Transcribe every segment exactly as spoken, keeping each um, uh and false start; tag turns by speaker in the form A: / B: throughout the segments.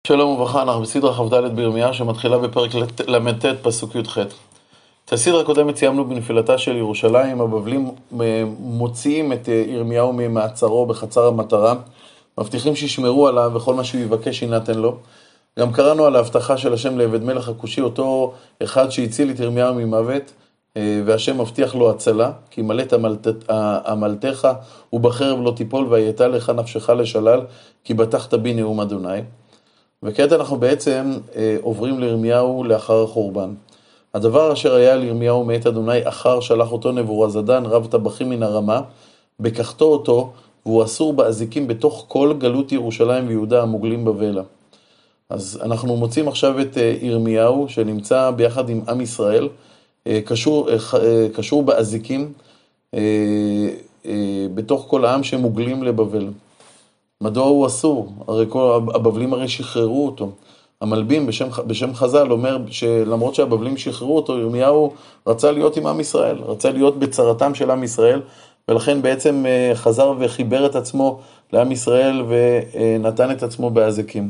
A: שלום וברכה, אנחנו בסדרה כ"ד בירמיה שמתחילה בפרק למ"ט פסוק י"ח. את הסדרה הקודמת סיימנו בנפילתה של ירושלים. הבבלים מוציאים את ירמיהו ממעצרו בחצר המטרה, מבטיחים שישמרו עליו וכל מה שהוא יבקש יינתן לו. גם קראנו על ההבטחה של השם לעבד מלך הכושי, אותו אחד שהציל את ירמיהו ממוות, והשם מבטיח לו הצלה, כי מלאת עמלתך ובחרב לא תיפול והייתה לך נפשך לשלל, כי בטחת בי נאום אדוני. וכעת אנחנו בעצם אה, עוברים לירמיהו לאחר החורבן. הדבר אשר היה לירמיהו מאת אדוני אחר שלח אותו נבורזדן רב טבחים מן הרמה, בקחתו אותו, והוא אסור באזיקים בתוך כל גלות ירושלים ויהודה המוגלים בבלה. אז אנחנו מוצאים עכשיו את אה, ירמיהו שנמצא ביחד עם עם ישראל, אה, קשור, אה, אה, קשור באזיקים אה, אה, בתוך כל העם שמוגלים לבבל. מדוע הוא אסור? הרי כל הבבלים הרי שחררו אותו. המלבים בשם, בשם חז"ל אומר שלמרות שהבבלים שחררו אותו, ירמיהו רצה להיות עם עם ישראל, רצה להיות בצרתם של עם ישראל, ולכן בעצם חזר וחיבר את עצמו לעם ישראל ונתן את עצמו באזיקים.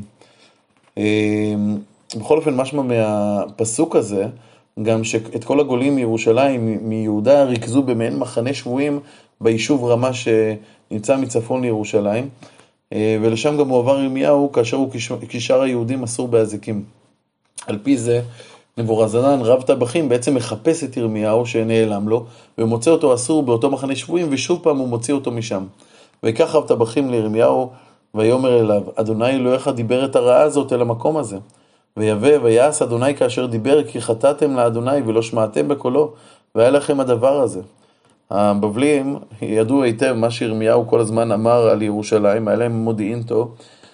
A: בכל אופן, משמע מהפסוק הזה, גם שאת כל הגולים מירושלים, מיהודה, ריכזו במעין מחנה שבויים ביישוב רמה שנמצא מצפון לירושלים, ולשם גם הועבר ירמיהו כאשר הוא כשאר היהודים אסור באזיקים. על פי זה נבורזדן רב טבחים בעצם מחפש את ירמיהו שנעלם לו, ומוצא אותו אסור באותו מחנה שבויים, ושוב פעם הוא מוציא אותו משם. ויקח רב טבחים לירמיהו ויאמר אליו, אדוני אלוהיך דיבר את הרעה הזאת אל המקום הזה. ויבא ויעש אדוני כאשר דיבר, כי חטאתם לאדוני ולא שמעתם בקולו, והיה לכם הדבר הזה. הבבלים ידעו היטב מה שירמיהו כל הזמן אמר על ירושלים, היה להם מודיעין טוב,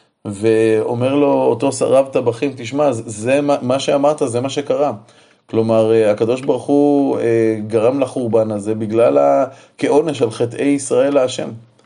A: ואומר לו אותו רב טבחים, תשמע, זה מה שאמרת, זה מה שקרה. כלומר, הקדוש ברוך הוא גרם לחורבן הזה בגלל כעונש על חטאי ישראל להשם.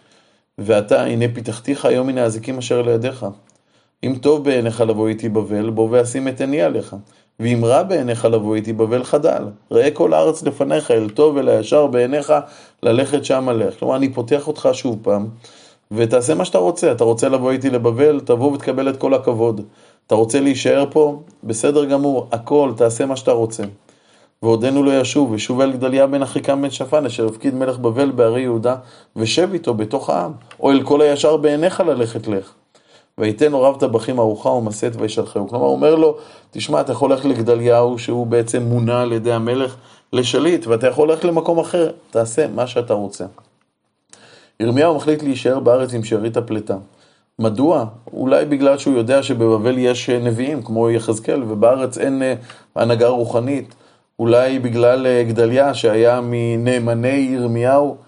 A: ואתה, הנה פיתחתיך היום מן האזיקים אשר לידיך. אם טוב בעיניך לבוא איתי בבל, בוא ואשים את עיני עליך. ואם רע בעיניך לבוא איתי בבל, חדל. ראה כל הארץ לפניך, אל טוב ולישר בעיניך ללכת שם עליך. כלומר, אני פותח אותך שוב פעם, ותעשה מה שאתה רוצה. אתה רוצה לבוא איתי לבבל, תבוא ותקבל את כל הכבוד. אתה רוצה להישאר פה, בסדר גמור, הכל, תעשה מה שאתה רוצה. ועודנו לא ישוב, ושוב אל גדליה בן אחיקם בן שפן, אשר הפקיד מלך בבל בערי יהודה, ושב איתו בתוך העם, או אל כל הישר בעיניך ללכת לך. ויתן לו רב טבחים ארוחה ומסת וישלחהו. כלומר, הוא אומר לו, תשמע, אתה יכול ללכת לגדליהו, שהוא בעצם מונה על ידי המלך לשליט, ואתה יכול ללכת למקום אחר, תעשה מה שאתה רוצה. ירמיהו מחליט להישאר בארץ עם שארית הפלטה. מדוע? אולי בגלל שהוא יודע שבבבל יש נביאים, כמו יחזקאל, ובארץ אין הנהגה רוחנית. אולי בגלל גדליה, שהיה מנאמני ירמיהו,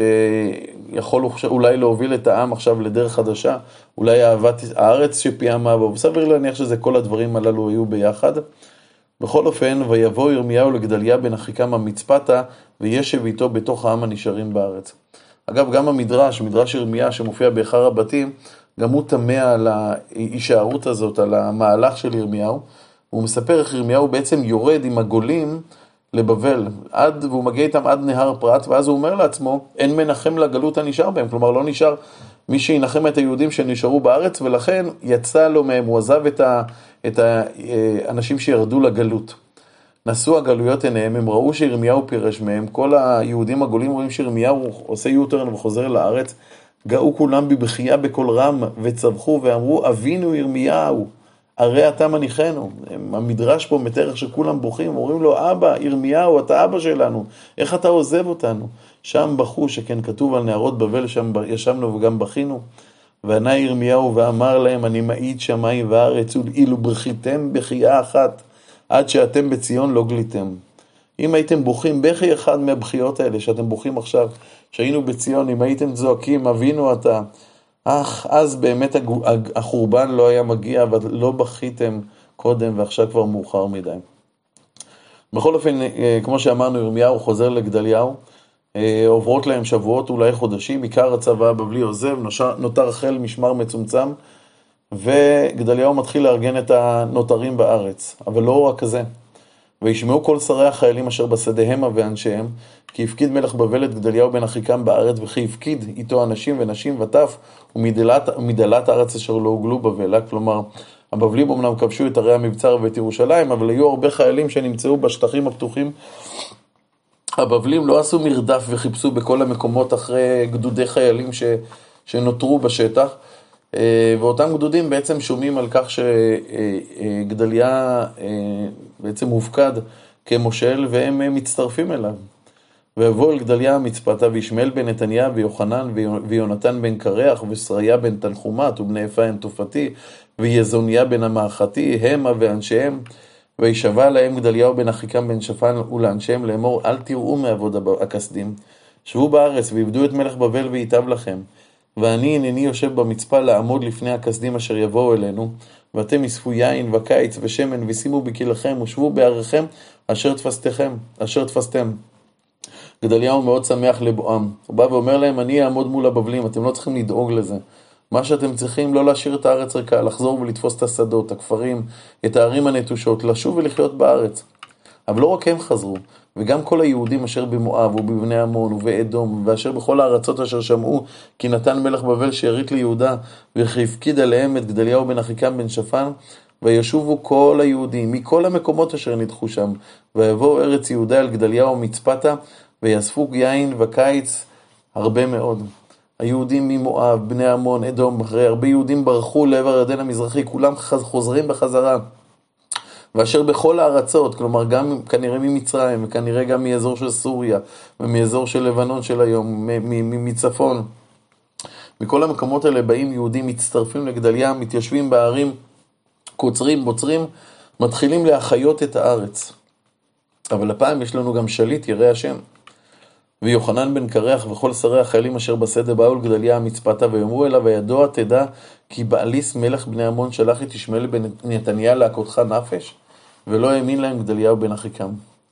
A: שיכול אולי להוביל את העם עכשיו לדרך חדשה, אולי אהבת הארץ שפיעמה בו, וסביר להניח שזה כל הדברים הללו היו ביחד. בכל אופן, ויבוא ירמיהו לגדליה בן אחיקם המצפתה, וישב איתו בתוך העם הנשארים בארץ. אגב, גם המדרש, מדרש ירמיה שמופיע באחר הבתים, גם הוא תמה על ההישארות הזאת, על המהלך של ירמיהו. הוא מספר איך ירמיהו בעצם יורד עם הגולים לבבל, עד, והוא מגיע איתם עד נהר פרת, ואז הוא אומר לעצמו, אין מנחם לגלות הנשאר בהם, כלומר לא נשאר מי שינחם את היהודים שנשארו בארץ, ולכן יצא לו מהם, הוא עזב את, ה, את האנשים שירדו לגלות. נסו הגלויות עיניהם, הם ראו שירמיהו פירש מהם, כל היהודים הגולים רואים שירמיהו עושה יוטרן וחוזר לארץ, גאו כולם בבכייה בקול רם, וצבחו ואמרו, אבינו ירמיהו, הרי אתה מניחנו. המדרש פה מתאר שכולם בוכים, אומרים לו, אבא, ירמיהו, אתה אבא שלנו, איך אתה עוזב אותנו? שם בכו, שכן כתוב על נערות בבל, שם ישבנו וגם בכינו. וענה ירמיהו ואמר להם, אני מעיד שמיים וארץ, אילו בכיתם בכייה אחת, עד שאתם בציון לא גליתם. אם הייתם בוכים בכי אחד מהבכיות האלה, שאתם בוכים עכשיו, שהיינו בציון, אם הייתם זועקים, אבינו אתה, אך אז באמת החורבן לא היה מגיע, ולא בכיתם קודם, ועכשיו כבר מאוחר מדי. בכל אופן, כמו שאמרנו, ירמיהו חוזר לגדליהו, עוברות להם שבועות, אולי חודשים, עיקר הצבא הבבלי עוזב, נותר חיל משמר מצומצם, וגדליהו מתחיל לארגן את הנותרים בארץ. אבל לא רק זה. וישמעו כל שרי החיילים אשר בשדיהם ואנשיהם, כי הפקיד מלך בבל את גדליהו בן אחיקם בארץ, וכי הפקיד איתו אנשים ונשים וטף, ומדלת, ומדלת הארץ אשר לא הוגלו בבלה. כלומר, הבבלים אמנם כבשו את ערי המבצר ואת ירושלים, אבל היו הרבה חיילים שנמצאו בשטחים הפתוחים. הבבלים לא עשו מרדף וחיפשו בכל המקומות אחרי גדודי חיילים ש, שנותרו בשטח, ואותם גדודים בעצם שומעים על כך שגדליה בעצם מופקד כמושל, והם מצטרפים אליו. ויבוא אל גדליה מצפתה, וישמעאל בן נתניה, ויוחנן, ויונתן בן קרח, ושריה בן תנחומת, ובני אפרים תופתי, ויזוניה בן המאחתי, המה ואנשיהם. וישבע להם גדליהו בן אחיקם בן שפן ולאנשיהם לאמור, אל תראו מעבוד הכסדים, שבו בארץ ועבדו את מלך בבל וייטב לכם. ואני הנני יושב במצפה לעמוד לפני הכסדים אשר יבואו אלינו, ואתם אספו יין וקיץ ושמן ושימו בקלכם ושבו בעריכם אשר תפסתכם, אשר תפסתם. גדליהו מאוד שמח לבואם. הוא בא ואומר להם, אני אעמוד מול הבבלים, אתם לא צריכים לדאוג לזה. מה שאתם צריכים לא להשאיר את הארץ ריקה, לחזור ולתפוס את השדות, הכפרים, את הערים הנטושות, לשוב ולחיות בארץ. אבל לא רק הם חזרו, וגם כל היהודים אשר במואב ובבני עמון ובאדום, ואשר בכל הארצות אשר שמעו, כי נתן מלך בבל שארית ליהודה, והפקיד עליהם את גדליהו בן אחיקם בן שפן, וישובו כל היהודים מכל המקומות אשר נדחו שם, ויבואו ארץ יהודה אל גדליהו מצפתה, ויאספו יין וקיץ הרבה מאוד. היהודים ממואב, בני עמון, אדום, אחרי הרבה יהודים ברחו לעבר הירדן המזרחי, כולם חוזרים בחזרה. ואשר בכל הארצות, כלומר גם כנראה ממצרים, וכנראה גם מאזור של סוריה, ומאזור של לבנון של היום, מצפון. מכל המקומות האלה באים יהודים, מצטרפים לגדליה, מתיישבים בערים, קוצרים, בוצרים, מתחילים להחיות את הארץ. אבל הפעם יש לנו גם שליט, ירא השם. ויוחנן בן קרח וכל שרי החיילים אשר בשדה באו אל גדליה מצפתה, ויאמרו אליו, וידוע תדע כי בעליס מלך בני עמון שלח את ישמעאל בן נתניה להכותך נפש, ולא האמין להם גדליהו בן אחיקם.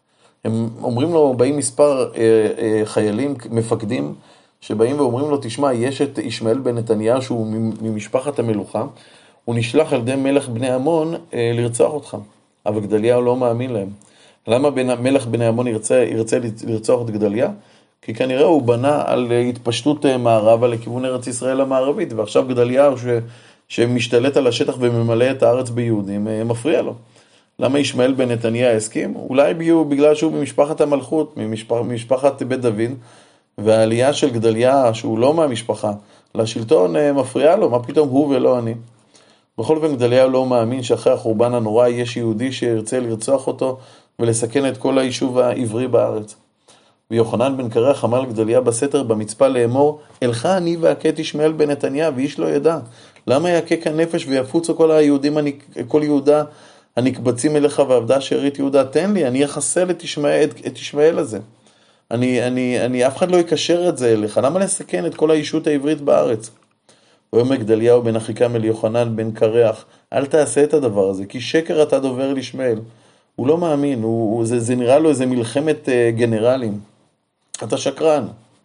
A: הם אומרים לו, באים מספר אה, אה, חיילים, מפקדים, שבאים ואומרים לו, תשמע, יש את ישמעאל בן נתניה שהוא ממשפחת המלוכה, הוא נשלח על ידי מלך בני עמון אה, לרצוח אותך. אבל גדליהו לא מאמין להם. למה בן, מלך בני עמון ירצה, ירצה לרצוח את גדליה? כי כנראה הוא בנה על התפשטות מערבה לכיוון ארץ ישראל המערבית, ועכשיו גדליהו ש, שמשתלט על השטח וממלא את הארץ ביהודים, מפריע לו. למה ישמעאל בן נתניה הסכים? אולי בגלל שהוא ממשפחת המלכות, ממשפח, ממשפחת בית דוד, והעלייה של גדליה, שהוא לא מהמשפחה, לשלטון מפריע לו, מה פתאום הוא ולא אני? בכל אופן גדליהו לא מאמין שאחרי החורבן הנורא יש יהודי שירצה לרצוח אותו ולסכן את כל היישוב העברי בארץ. ויוחנן בן קרח אמר לגדליה בסתר במצפה לאמור, אלך אני והכה ישמעאל בן נתניה ואיש לא ידע. למה יכה כאן נפש ויפוצו כל היהודים, כל יהודה הנקבצים אליך ועבדה שארית יהודה? תן לי, אני אחסל את ישמעאל, את, את ישמעאל הזה. אני, אני, אני, אף אחד לא יקשר את זה אליך. למה לסכן את כל הישות העברית בארץ? ואומר גדליהו בן אחיקם אל יוחנן בן קרח, אל תעשה את הדבר הזה, כי שקר אתה דובר לישמעאל. הוא לא מאמין, הוא, זה, זה נראה לו איזה מלחמת uh, גנרלים. אתה שקרן.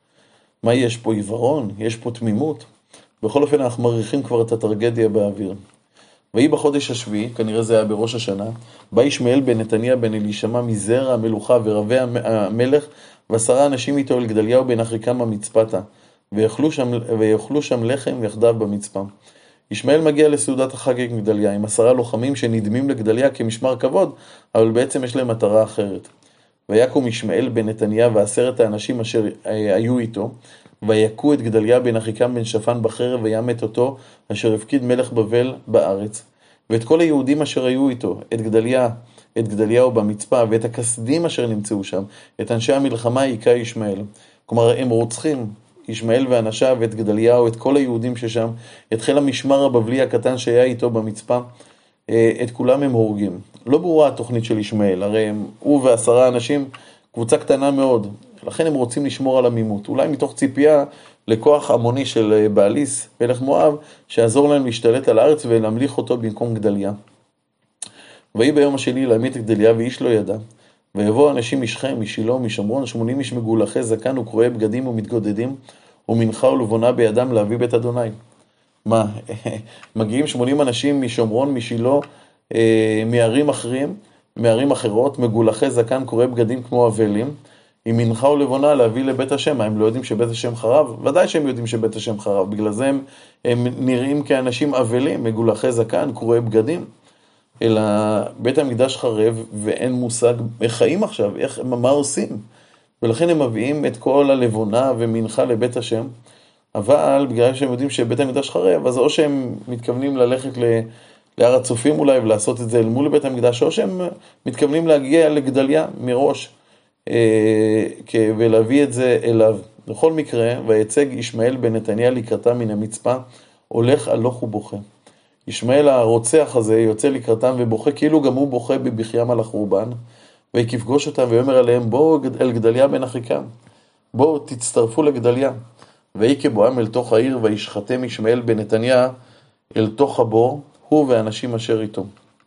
A: מה יש פה? עיוורון? יש פה תמימות? בכל אופן אנחנו מריחים כבר את הטרגדיה באוויר. והיא בחודש השביעי, כנראה זה היה בראש השנה, בא ישמעאל בן נתניה בן אלישמע מזרע המלוכה ורבי המלך, ועשרה אנשים איתו אל גדליהו בן אחיקם המצפתה, ויאכלו שם, ויאכלו שם לחם יחדיו במצפה. ישמעאל מגיע לסעודת החג עם גדליה, עם עשרה לוחמים שנדמים לגדליה כמשמר כבוד, אבל בעצם יש להם מטרה אחרת. ויקום ישמעאל בן נתניה ועשרת האנשים אשר היו איתו, ויקו את גדליה בן אחיקם בן שפן בחרב וימת אותו, אשר הפקיד מלך בבל בארץ. ואת כל היהודים אשר היו איתו, את גדליה, את גדליהו במצפה, ואת הכסדים אשר נמצאו שם, את אנשי המלחמה יקה ישמעאל. כלומר, הם רוצחים, ישמעאל ואנשיו ואת גדליהו, את כל היהודים ששם, את חיל המשמר הבבלי הקטן שהיה איתו במצפה, את כולם הם הורגים. לא ברורה התוכנית של ישמעאל, הרי הם, הוא ועשרה אנשים, קבוצה קטנה מאוד, לכן הם רוצים לשמור על עמימות. אולי מתוך ציפייה לכוח המוני של בעליס, מלך מואב, שיעזור להם להשתלט על הארץ ולהמליך אותו במקום גדליה. ויהי ביום השני להמית את גדליה ואיש לא ידע. ויבוא אנשים משכם, משילה, משומרון, שמונים איש מגולחי זקן וקרועי בגדים ומתגודדים, ומנחה ולבונה בידם להביא בית אדוני. מה, מגיעים שמונים אנשים משומרון, משילה, מערים אחרים, מערים אחרות, מגולחי זקן, קרועי בגדים כמו אבלים, עם מנחה ולבונה להביא לבית השם. הם לא יודעים שבית השם חרב? ודאי שהם יודעים שבית השם חרב, בגלל זה הם, הם נראים כאנשים אבלים, מגולחי זקן, קרועי בגדים. אלא בית המקדש חרב ואין מושג איך חיים עכשיו, איך, מה עושים. ולכן הם מביאים את כל הלבונה ומנחה לבית השם, אבל בגלל שהם יודעים שבית המקדש חרב, אז או שהם מתכוונים ללכת ל... להר הצופים אולי ולעשות את זה אל מול בית המקדש, או שהם מתכוונים להגיע לגדליה מראש אה, ולהביא את זה אליו. בכל מקרה, ויצג ישמעאל בן נתניה לקראתם מן המצפה, הולך הלוך ובוכה. ישמעאל הרוצח הזה יוצא לקראתם ובוכה, כאילו גם הוא בוכה בבכיים על החורבן, ויקפגוש אותם ויאמר עליהם, בואו אל גדליה בן אחיקם, בואו תצטרפו לגדליה. ויקה בואם אל תוך העיר, וישחטם ישמעאל בן נתניה אל תוך הבור, הוא והאנשים אשר איתו.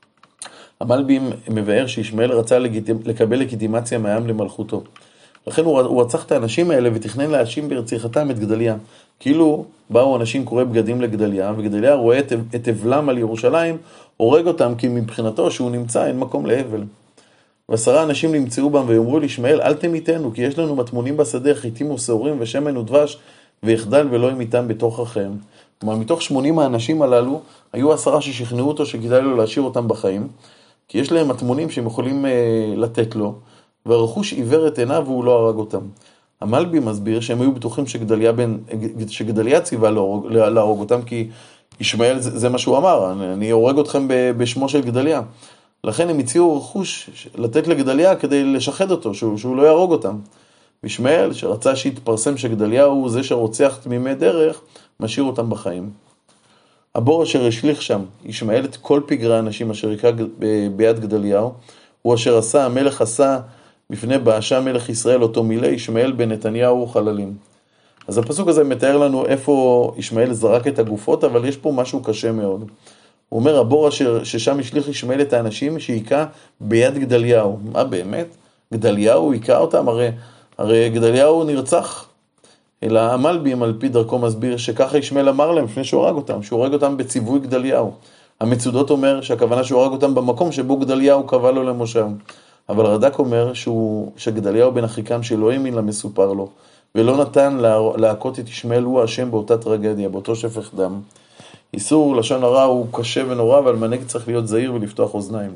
A: המלבי מבאר שישמעאל רצה לקבל לגיטימציה מהעם למלכותו. לכן הוא רצח את האנשים האלה ותכנן להאשים ברציחתם את גדליה. כאילו באו אנשים קורא בגדים לגדליה, וגדליה רואה את, את אבלם על ירושלים, הורג אותם כי מבחינתו שהוא נמצא, אין מקום לאבל. ועשרה אנשים נמצאו בם ויאמרו לישמעאל, אל תמיתנו, כי יש לנו מטמונים בשדה, חיטים ושעורים ושמן ודבש, ויחדל ולא ימיתם בתוככם. כלומר, מתוך שמונים האנשים הללו, היו עשרה ששכנעו אותו שכדאי לו להשאיר אותם בחיים, כי יש להם מטמונים שהם יכולים אה, לתת לו, והרכוש עיוור את עיניו והוא לא הרג אותם. המלבי מסביר שהם היו בטוחים שגדליה, בן, שגדליה ציווה להרוג, להרוג אותם, כי ישמעאל זה, זה מה שהוא אמר, אני, אני הורג אתכם בשמו של גדליה. לכן הם הציעו רכוש לתת לגדליה כדי לשחד אותו, שהוא, שהוא לא יהרוג אותם. ישמעאל שרצה שיתפרסם שגדליה הוא זה שרוצח תמימי דרך, משאיר אותם בחיים. הבור אשר השליך שם, ישמעאל את כל פגרי האנשים אשר יקרא ביד גדליהו, הוא אשר עשה, המלך עשה בפני באשה מלך ישראל, אותו מילא ישמעאל בן נתניהו חללים. אז הפסוק הזה מתאר לנו איפה ישמעאל זרק את הגופות, אבל יש פה משהו קשה מאוד. הוא אומר, הבור אשר ששם השליך ישמעאל את האנשים שיקרא ביד גדליהו. מה באמת? גדליהו יקרא אותם? הרי, הרי גדליהו נרצח. אלא המלבים על פי דרכו מסביר שככה ישמעאל אמר להם לפני שהוא הרג אותם, שהוא הרג אותם בציווי גדליהו. המצודות אומר שהכוונה שהוא הרג אותם במקום שבו גדליהו קבע לו למושב. אבל רד"ק אומר שהוא, שגדליהו בן אחיקם שלא האמין למסופר לו, ולא נתן להכות את ישמעאל הוא השם באותה טרגדיה, באותו שפך דם. איסור לשון הרע הוא קשה ונורא, אבל מנהיג צריך להיות זהיר ולפתוח אוזניים.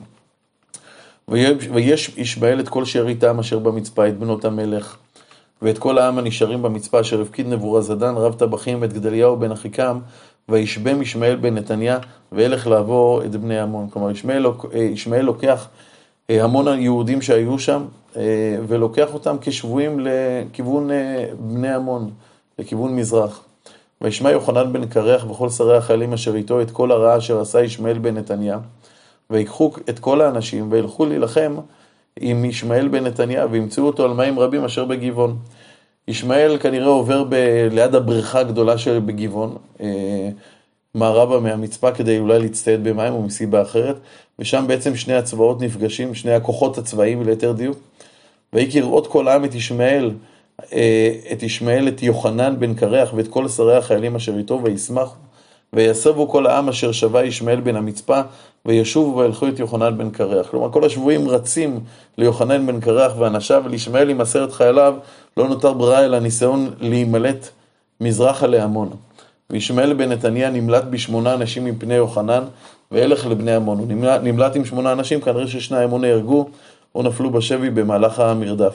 A: ויש ישמעאל את כל שארית העם אשר במצפה, את בנות המלך, ואת כל העם הנשארים במצפה, אשר הפקיד נבורזדן רב טבחים את גדליהו בן אחיקם, וישבם ישמעאל בן נתניה, וילך לעבור את בני עמון. כלומר, ישמעאל, ישמעאל לוקח המון היהודים שהיו שם, ולוקח אותם כשבויים לכיוון בני עמון, לכיוון מזרח. וישמע יוחנן בן קרח וכל שרי החיילים אשר איתו את כל הרעה אשר עשה ישמעאל בן נתניה, ויקחו את כל האנשים וילכו להילחם עם ישמעאל בן נתניה, וימצאו אותו על מים רבים אשר בגבעון. ישמעאל כנראה עובר ב- ליד הבריכה הגדולה של בגבעון, אה, מערבה מהמצפה, כדי אולי להצטייד במים או מסיבה אחרת, ושם בעצם שני הצבאות נפגשים, שני הכוחות הצבאיים ליתר דיוק. ויקרא עוד כל העם את ישמעאל, אה, את ישמעאל, את יוחנן בן קרח ואת כל שרי החיילים אשר איתו, וישמחו. ויסבו כל העם אשר שבה ישמעאל בן המצפה, וישובו וילכו את יוחנן בן קרח. כלומר, כל השבויים רצים ליוחנן בן קרח ואנשיו, ולישמעאל עם עשרת חייליו לא נותר ברירה אלא ניסיון להימלט מזרחה לעמון. וישמעאל בן נתניה נמלט בשמונה אנשים מפני יוחנן, והלך לבני עמון. הוא נמלט, נמלט עם שמונה אנשים, כנראה ששני עמון נהרגו או נפלו בשבי במהלך המרדף.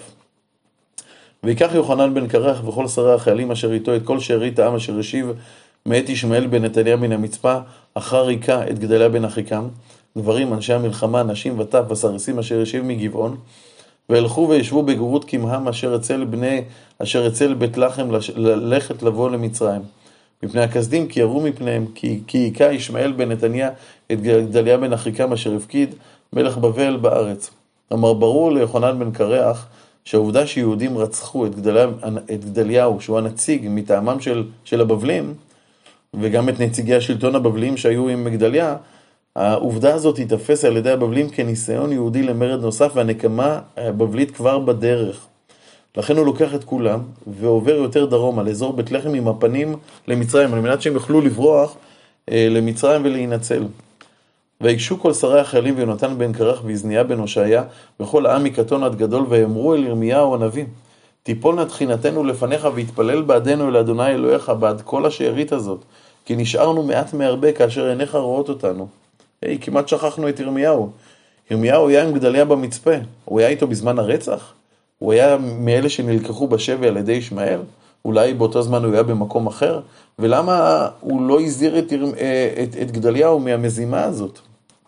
A: ויקח יוחנן בן קרח וכל שרי החיילים אשר איתו את כל שארית העם אשר השיב מאת ישמעאל בן נתניה מן המצפה, אחר היכה את גדליה בן אחיקם, גברים, אנשי המלחמה, נשים וטף וסריסים אשר השיב מגבעון, והלכו וישבו בגרות כמהם אשר אצל בני, אשר אצל בית לחם ללכת לבוא למצרים. מפני הכסדים כי ירו מפניהם, כי, כי היכה ישמעאל בן נתניה את גדליה בן אחיקם אשר הפקיד מלך בבל בארץ. אמר ברור ליוחנן בן קרח שהעובדה שיהודים רצחו את, גדליה, את גדליהו, שהוא הנציג מטעמם של, של הבבלים, וגם את נציגי השלטון הבבליים שהיו עם גדליה, העובדה הזאת תתפס על ידי הבבלים כניסיון יהודי למרד נוסף, והנקמה הבבלית כבר בדרך. לכן הוא לוקח את כולם ועובר יותר דרום על אזור בית לחם עם הפנים למצרים, על מנת שהם יוכלו לברוח למצרים ולהינצל. ויגשו כל שרי החיילים ויונתן בן קרח ויזניה בן הושעיה וכל העם מקטון עד גדול, ויאמרו אל ירמיהו הנביא, תיפול נא תחינתנו לפניך והתפלל בעדנו אל אדוני אלוהיך בעד כל השארית הזאת, כי נשארנו מעט מהרבה כאשר עיניך רואות אותנו. היי, כמעט שכחנו את ירמיהו. ירמיהו היה עם גדליה במצפה, הוא היה איתו בזמן הרצח? הוא היה מאלה שנלקחו בשבי על ידי ישמעאל? אולי באותו זמן הוא היה במקום אחר? ולמה הוא לא הזהיר את, את, את גדליהו מהמזימה הזאת?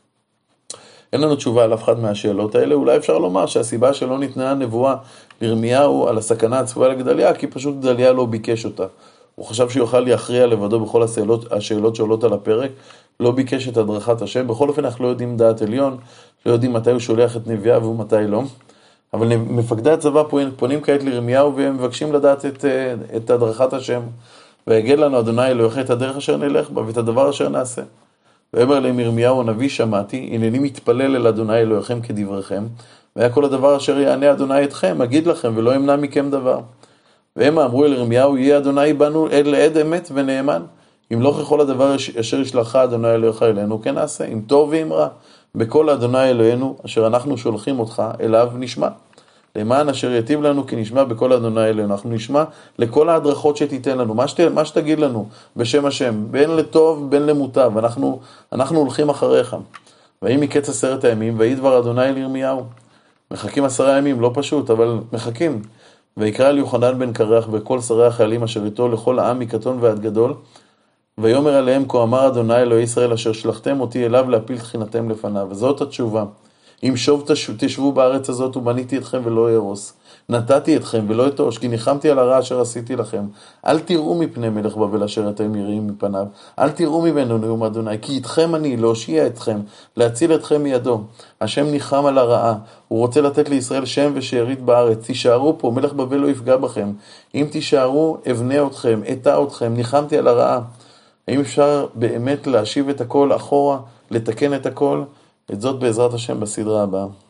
A: אין לנו תשובה על אף אחד מהשאלות האלה. אולי אפשר לומר שהסיבה שלא ניתנה נבואה לירמיהו על הסכנה הצפויה לגדליה, כי פשוט גדליה לא ביקש אותה. הוא חשב שיוכל להכריע לבדו בכל השאלות, השאלות שעולות על הפרק, לא ביקש את הדרכת השם. בכל אופן אנחנו לא יודעים דעת עליון, לא יודעים מתי הוא שולח את נביאיו ומתי לא. אבל מפקדי הצבא פונים כעת לירמיהו והם מבקשים לדעת את, את הדרכת השם. ויגד לנו אדוני אלוהיך את הדרך אשר נלך בה ואת הדבר אשר נעשה. ואמר להם ירמיהו הנביא, שמעתי, הנני מתפלל אל אדוני אלוהיכם כדבריכם, והיה כל הדבר אשר יענה אדוני אתכם, אגיד לכם ולא ימנע מכם דבר. והם אמרו אל ירמיהו, יהיה אדוני בנו עד לעד אמת ונאמן. אם לא ככל הדבר אשר ישלח אדוני אלוהיך אלינו, כן נעשה, אם טוב ואם רע. בכל אדוני אלוהינו אשר אנחנו שולחים אותך אליו נשמע. למען אשר יטיב לנו כי נשמע בכל אדוני אלוהינו. אנחנו נשמע לכל ההדרכות שתיתן לנו, מה, שת, מה שתגיד לנו בשם השם, בין לטוב בין למוטב, אנחנו, אנחנו הולכים אחריך. ואם מקץ עשרת הימים, ויהי דבר אדוני אל ירמיהו. מחכים עשרה ימים, לא פשוט, אבל מחכים. ויקרא אל יוחנן בן קרח וכל שרי החיילים אשר איתו לכל העם מקטון ועד גדול, ויאמר עליהם כה אמר אדוני אלוהי ישראל אשר שלחתם אותי אליו להפיל תחינתם לפניו. וזאת התשובה. אם שוב תשבו בארץ הזאת ובניתי אתכם ולא ארוס, נתתי אתכם ולא אתוש, כי ניחמתי על הרע אשר עשיתי לכם. אל תראו מפני מלך בבל אשר אתם יראים מפניו, אל תראו ממנו נאום אדוני, כי איתכם אני להושיע אתכם, להציל אתכם מידו. השם ניחם על הרעה, הוא רוצה לתת לישראל שם ושארית בארץ. תישארו פה, מלך בבל לא יפגע בכם. אם תישארו, אבנה אתכם, אטע אתכם, ניחמתי על הרעה. האם אפשר באמת להשיב את הכל אחורה, לתקן את הכל? את זאת בעזרת השם בסדרה הבאה.